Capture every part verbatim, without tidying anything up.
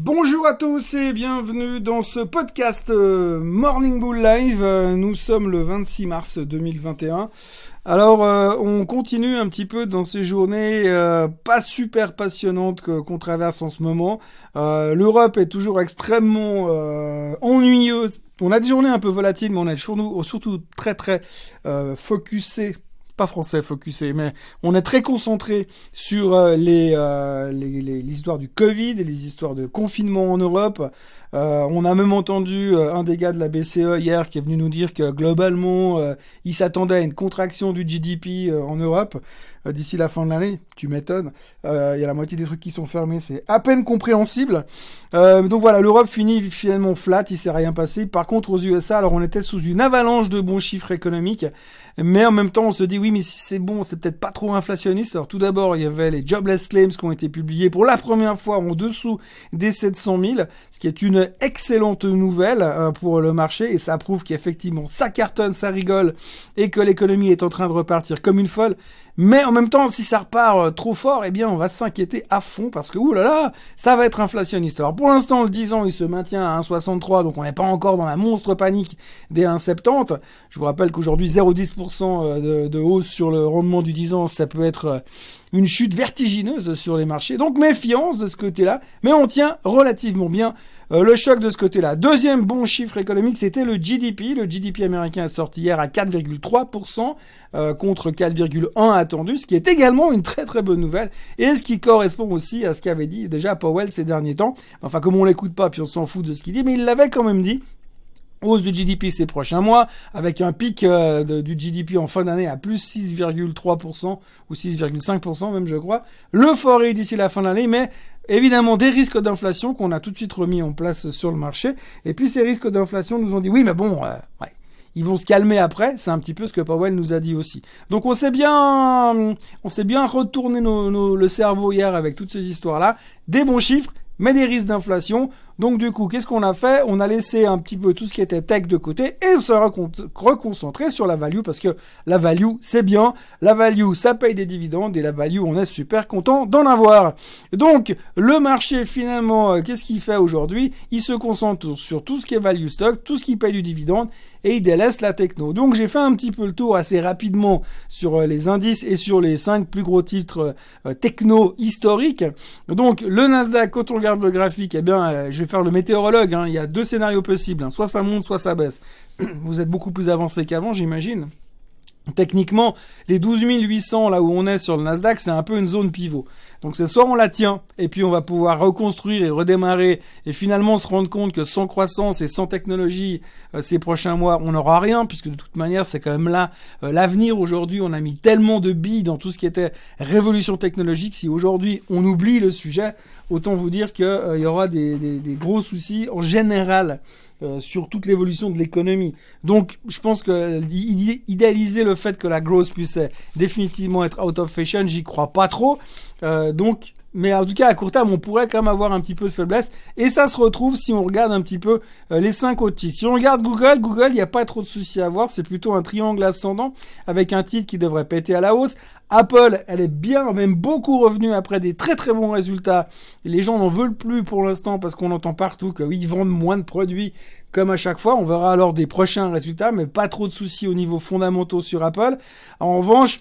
Bonjour à tous et bienvenue dans ce podcast euh, Morning Bull Live. Euh, nous sommes le vingt-six mars deux mille vingt et un. Alors, euh, on continue un petit peu dans ces journées euh, pas super passionnantes que, qu'on traverse en ce moment. Euh, L'Europe est toujours extrêmement euh, ennuyeuse. On a des journées un peu volatiles, mais on est surtout, surtout très très euh, focusé. Pas français focusé, mais on est très concentré sur euh, les, euh, les, les l'histoire du Covid et les histoires de confinement en Europe. Euh, on a même entendu euh, un des gars de la B C E hier qui est venu nous dire que globalement, euh, il s'attendait à une contraction du G D P euh, en Europe euh, d'ici la fin de l'année. Tu m'étonnes. Il euh, y a la moitié des trucs qui sont fermés, c'est à peine compréhensible. Euh, donc voilà, l'Europe finit finalement flat, il s'est rien passé. Par contre, aux U S A, alors on était sous une avalanche de bons chiffres économiques, mais en même temps, on se dit oui, mais si c'est bon, c'est peut-être pas trop inflationniste. Alors tout d'abord, il y avait les jobless claims qui ont été publiés pour la première fois en dessous des sept cent mille, ce qui est une excellente nouvelle euh, pour le marché, et ça prouve qu'effectivement ça cartonne, ça rigole et que l'économie est en train de repartir comme une folle. Mais en même temps, si ça repart euh, trop fort, eh bien on va s'inquiéter à fond parce que oulala, ça va être inflationniste. Alors pour l'instant, le dix ans il se maintient à un virgule soixante-trois, donc on n'est pas encore dans la monstre panique des un virgule soixante-dix. Je vous rappelle qu'aujourd'hui zéro virgule dix pour cent de, de hausse sur le rendement du dix ans, ça peut être une chute vertigineuse sur les marchés. Donc méfiance de ce côté-là, mais on tient relativement bien euh, le choc de ce côté-là. Deuxième bon chiffre économique, c'était le G D P. Le G D P américain est sorti hier à quatre virgule trois pour cent euh, contre quatre virgule un pour cent attendu, ce qui est également une très très bonne nouvelle et ce qui correspond aussi à ce qu'avait dit déjà Powell ces derniers temps. Enfin, comme on l'écoute pas puis on s'en fout de ce qu'il dit, mais il l'avait quand même dit. Hausse du G D P ces prochains mois, avec un pic euh, de, du G D P en fin d'année à plus six virgule trois pour cent ou six virgule cinq pour cent même, je crois. L'euphorie d'ici la fin de l'année, mais évidemment des risques d'inflation qu'on a tout de suite remis en place sur le marché. Et puis ces risques d'inflation nous ont dit oui, mais bon, euh, ouais, ils vont se calmer après. C'est un petit peu ce que Powell nous a dit aussi. Donc on s'est bien, on s'est bien retourné nos, nos, le cerveau hier avec toutes ces histoires-là, des bons chiffres, mais des risques d'inflation. Donc du coup, qu'est-ce qu'on a fait? On a laissé un petit peu tout ce qui était tech de côté et on s'est reconcentré sur la value parce que la value, c'est bien. La value, ça paye des dividendes et la value, on est super content d'en avoir. Donc, le marché, finalement, qu'est-ce qu'il fait aujourd'hui? Il se concentre sur tout ce qui est value stock, tout ce qui paye du dividende et il délaisse la techno. Donc, j'ai fait un petit peu le tour assez rapidement sur les indices et sur les cinq plus gros titres euh, techno historiques. Donc, le Nasdaq, quand on regarde le graphique, eh bien, euh, je vais faire le météorologue, hein. Il y a deux scénarios possibles, hein. Soit ça monte, soit ça baisse. Vous êtes beaucoup plus avancé qu'avant, j'imagine. Techniquement, les douze mille huit cents, là où on est sur le Nasdaq, c'est un peu une zone pivot. Donc c'est soit on la tient, et puis on va pouvoir reconstruire et redémarrer, et finalement se rendre compte que sans croissance et sans technologie, euh, ces prochains mois, on n'aura rien, puisque de toute manière, c'est quand même là euh, l'avenir. Aujourd'hui, on a mis tellement de billes dans tout ce qui était révolution technologique. Si aujourd'hui, on oublie le sujet, autant vous dire qu'il euh, y aura des, des, des gros soucis en général Euh, sur toute l'évolution de l'économie. Donc, je pense que idéaliser le fait que la growth puisse définitivement être out of fashion, j'y crois pas trop. Euh, donc, mais en tout cas, à court terme, on pourrait quand même avoir un petit peu de faiblesse. Et ça se retrouve si on regarde un petit peu euh, les cinq autres titres. Si on regarde Google, Google, il n'y a pas trop de soucis à voir. C'est plutôt un triangle ascendant avec un titre qui devrait péter à la hausse. Apple, elle est bien, même beaucoup revenue après des très très bons résultats. Et les gens n'en veulent plus pour l'instant parce qu'on entend partout que oui, ils vendent moins de produits comme à chaque fois. On verra alors des prochains résultats, mais pas trop de soucis au niveau fondamentaux sur Apple. En revanche,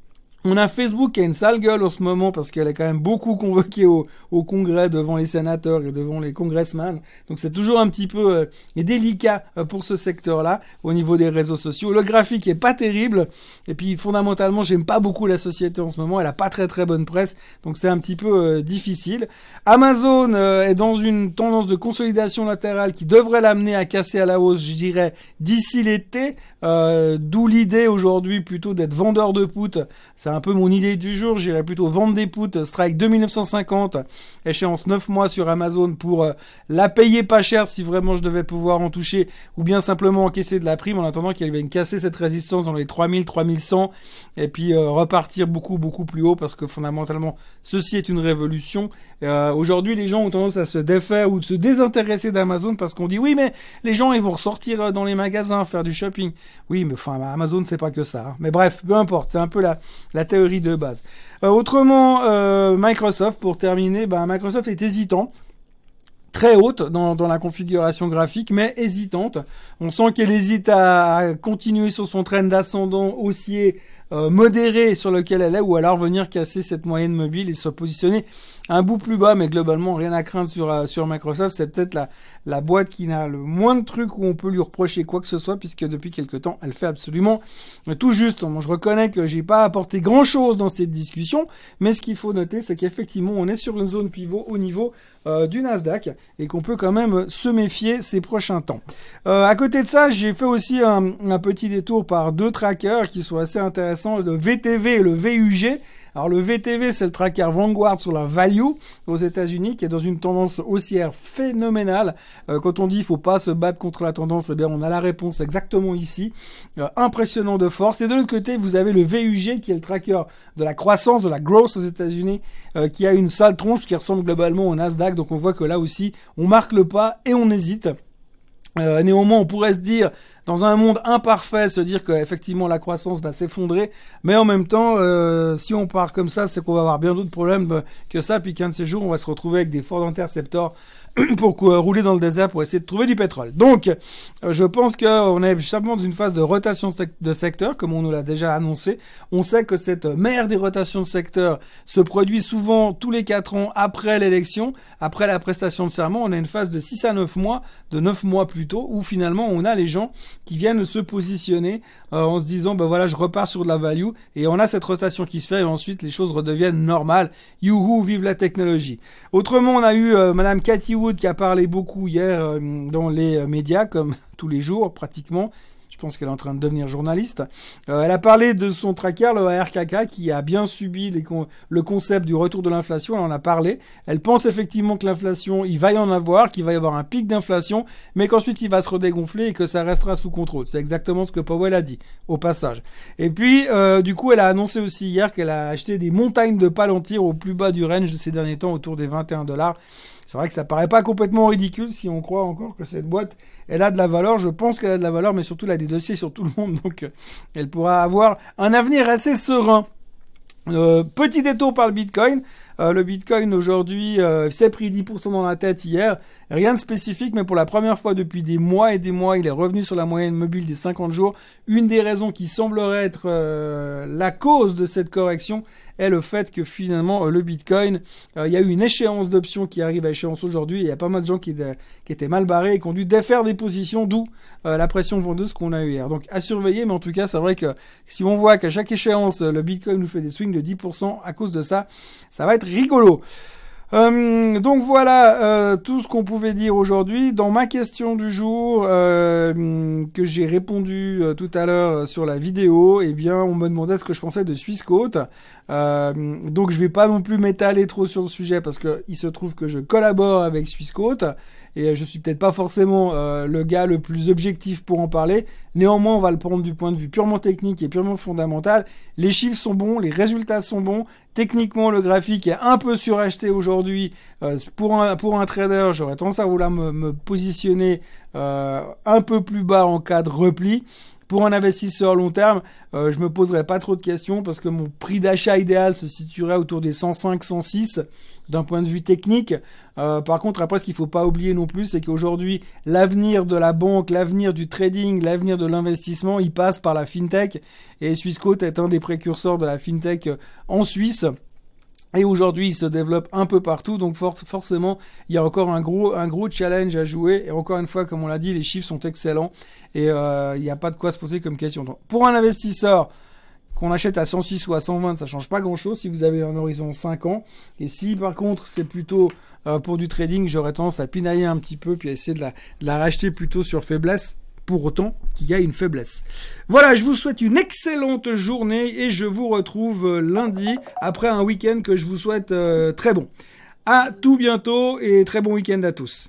on a Facebook qui a une sale gueule en ce moment parce qu'elle est quand même beaucoup convoquée au, au congrès devant les sénateurs et devant les congressmen. Donc c'est toujours un petit peu euh, délicat euh, pour ce secteur-là au niveau des réseaux sociaux. Le graphique est pas terrible et puis fondamentalement j'aime pas beaucoup la société en ce moment. Elle a pas très très bonne presse, donc c'est un petit peu euh, difficile. Amazon euh, est dans une tendance de consolidation latérale qui devrait l'amener à casser à la hausse, je dirais, d'ici l'été. Euh, d'où l'idée aujourd'hui plutôt d'être vendeur de put. C'est un peu mon idée du jour, j'irais plutôt vendre des puts, strike deux mille neuf cent cinquante, échéance neuf mois sur Amazon pour euh, la payer pas cher si vraiment je devais pouvoir en toucher, ou bien simplement encaisser de la prime en attendant qu'elle vienne casser cette résistance dans les trois mille, trois mille cent, et puis euh, repartir beaucoup beaucoup plus haut parce que fondamentalement ceci est une révolution. Euh, aujourd'hui les gens ont tendance à se défaire ou de se désintéresser d'Amazon parce qu'on dit oui mais les gens ils vont ressortir dans les magasins faire du shopping. Oui mais enfin Amazon c'est pas que ça, hein. Mais bref, peu importe, c'est un peu la, la théorie de base. Euh, autrement, euh, Microsoft, pour terminer, ben, Microsoft est hésitant. très haute dans, dans la configuration graphique, mais hésitante. On sent qu'elle hésite à, à continuer sur son trend ascendant haussier euh, modéré sur lequel elle est, ou alors venir casser cette moyenne mobile et se positionner un bout plus bas, mais globalement rien à craindre sur euh, sur Microsoft. C'est peut-être la la boîte qui n'a le moins de trucs où on peut lui reprocher quoi que ce soit, puisque depuis quelque temps elle fait absolument tout juste. Bon, je reconnais que j'ai pas apporté grand chose dans cette discussion, mais ce qu'il faut noter, c'est qu'effectivement on est sur une zone pivot au niveau euh, du Nasdaq et qu'on peut quand même se méfier ces prochains temps. Euh, à côté de ça, j'ai fait aussi un, un petit détour par deux trackers qui sont assez intéressants, le V T V et le V U G. Alors le V T V, c'est le tracker Vanguard sur la value aux États-Unis, qui est dans une tendance haussière phénoménale. Euh, quand on dit il faut pas se battre contre la tendance, eh bien on a la réponse exactement ici. Euh, impressionnant de force. Et de l'autre côté, vous avez le V U G, qui est le tracker de la croissance, de la growth aux États-Unis, euh, qui a une sale tronche qui ressemble globalement au Nasdaq. Donc on voit que là aussi, on marque le pas et on hésite. Euh, néanmoins, on pourrait se dire, dans un monde imparfait, se dire qu'effectivement la croissance va s'effondrer, mais en même temps, euh, si on part comme ça, c'est qu'on va avoir bien d'autres problèmes que ça, puis qu'un de ces jours, on va se retrouver avec des Ford Interceptor pour rouler dans le désert pour essayer de trouver du pétrole. Donc, euh, je pense qu'on est simplement dans une phase de rotation de secteur, comme on nous l'a déjà annoncé. On sait que cette mère des rotations de secteur se produit souvent tous les quatre ans après l'élection, après la prestation de serment. On a une phase de six à neuf mois, de neuf mois plutôt, où finalement on a les gens qui viennent se positionner euh, en se disant, ben voilà, je repars sur de la value, et on a cette rotation qui se fait, et ensuite les choses redeviennent normales. Youhou, vive la technologie. Autrement, on a eu euh, Madame Cathy Wood qui a parlé beaucoup hier euh, dans les euh, médias, comme tous les jours pratiquement. Je pense qu'elle est en train de devenir journaliste. Euh, elle a parlé de son tracker, le A R K K, qui a bien subi les con- le concept du retour de l'inflation. Elle en a parlé. Elle pense effectivement que l'inflation, il va y en avoir, qu'il va y avoir un pic d'inflation, mais qu'ensuite il va se redégonfler et que ça restera sous contrôle. C'est exactement ce que Powell a dit, au passage. Et puis, euh, du coup, elle a annoncé aussi hier qu'elle a acheté des montagnes de Palantir au plus bas du range de ces derniers temps, autour des vingt et un dollars. C'est vrai que ça paraît pas complètement ridicule si on croit encore que cette boîte, elle a de la valeur. Je pense qu'elle a de la valeur, mais surtout elle a des dossiers sur tout le monde, donc euh, elle pourra avoir un avenir assez serein. Euh, petit détour par le Bitcoin. Euh, le Bitcoin aujourd'hui euh, s'est pris dix pour cent dans la tête hier. Rien de spécifique, mais pour la première fois depuis des mois et des mois, il est revenu sur la moyenne mobile des cinquante jours. Une des raisons qui semblerait être euh, la cause de cette correction est le fait que finalement euh, le Bitcoin, euh, il y a eu une échéance d'options qui arrive à échéance aujourd'hui. Il y a pas mal de gens qui, de, qui étaient mal barrés et qui ont dû défaire des positions, d'où euh, la pression vendeuse qu'on a eu hier. Donc à surveiller, mais en tout cas c'est vrai que si on voit qu'à chaque échéance le Bitcoin nous fait des swings de dix pour cent à cause de ça, ça va être rigolo. Euh, donc voilà euh, tout ce qu'on pouvait dire aujourd'hui. Dans ma question du jour euh, que j'ai répondu euh, tout à l'heure sur la vidéo, eh bien on me demandait ce que je pensais de Swissquote. Euh, donc je vais pas non plus m'étaler trop sur le sujet parce que il se trouve que je collabore avec Swissquote et je suis peut-être pas forcément euh, le gars le plus objectif pour en parler. Néanmoins, on va le prendre du point de vue purement technique et purement fondamental. Les chiffres sont bons, les résultats sont bons. Techniquement, le graphique est un peu suracheté aujourd'hui. Euh, pour un pour un trader, j'aurais tendance à vouloir me, me positionner euh, un peu plus bas en cas de repli. Pour un investisseur long terme, euh, je me poserai pas trop de questions parce que mon prix d'achat idéal se situerait autour des cent cinq, cent six d'un point de vue technique. Euh, par contre, après, ce qu'il faut pas oublier non plus, c'est qu'aujourd'hui, l'avenir de la banque, l'avenir du trading, l'avenir de l'investissement, il passe par la fintech. Et Swissquote est un des précurseurs de la fintech en Suisse. Et aujourd'hui, il se développe un peu partout, donc for- forcément, il y a encore un gros, un gros challenge à jouer. Et encore une fois, comme on l'a dit, les chiffres sont excellents et euh, il n'y a pas de quoi se poser comme question. Donc, pour un investisseur qu'on achète à cent six ou à cent vingt, ça change pas grand-chose si vous avez un horizon cinq ans. Et si par contre, c'est plutôt euh, pour du trading, j'aurais tendance à pinailler un petit peu puis à essayer de la, de la racheter plutôt sur faiblesse. Pour autant qu'il y a une faiblesse. Voilà, je vous souhaite une excellente journée et je vous retrouve lundi après un week-end que je vous souhaite euh, très bon. À tout bientôt et très bon week-end à tous.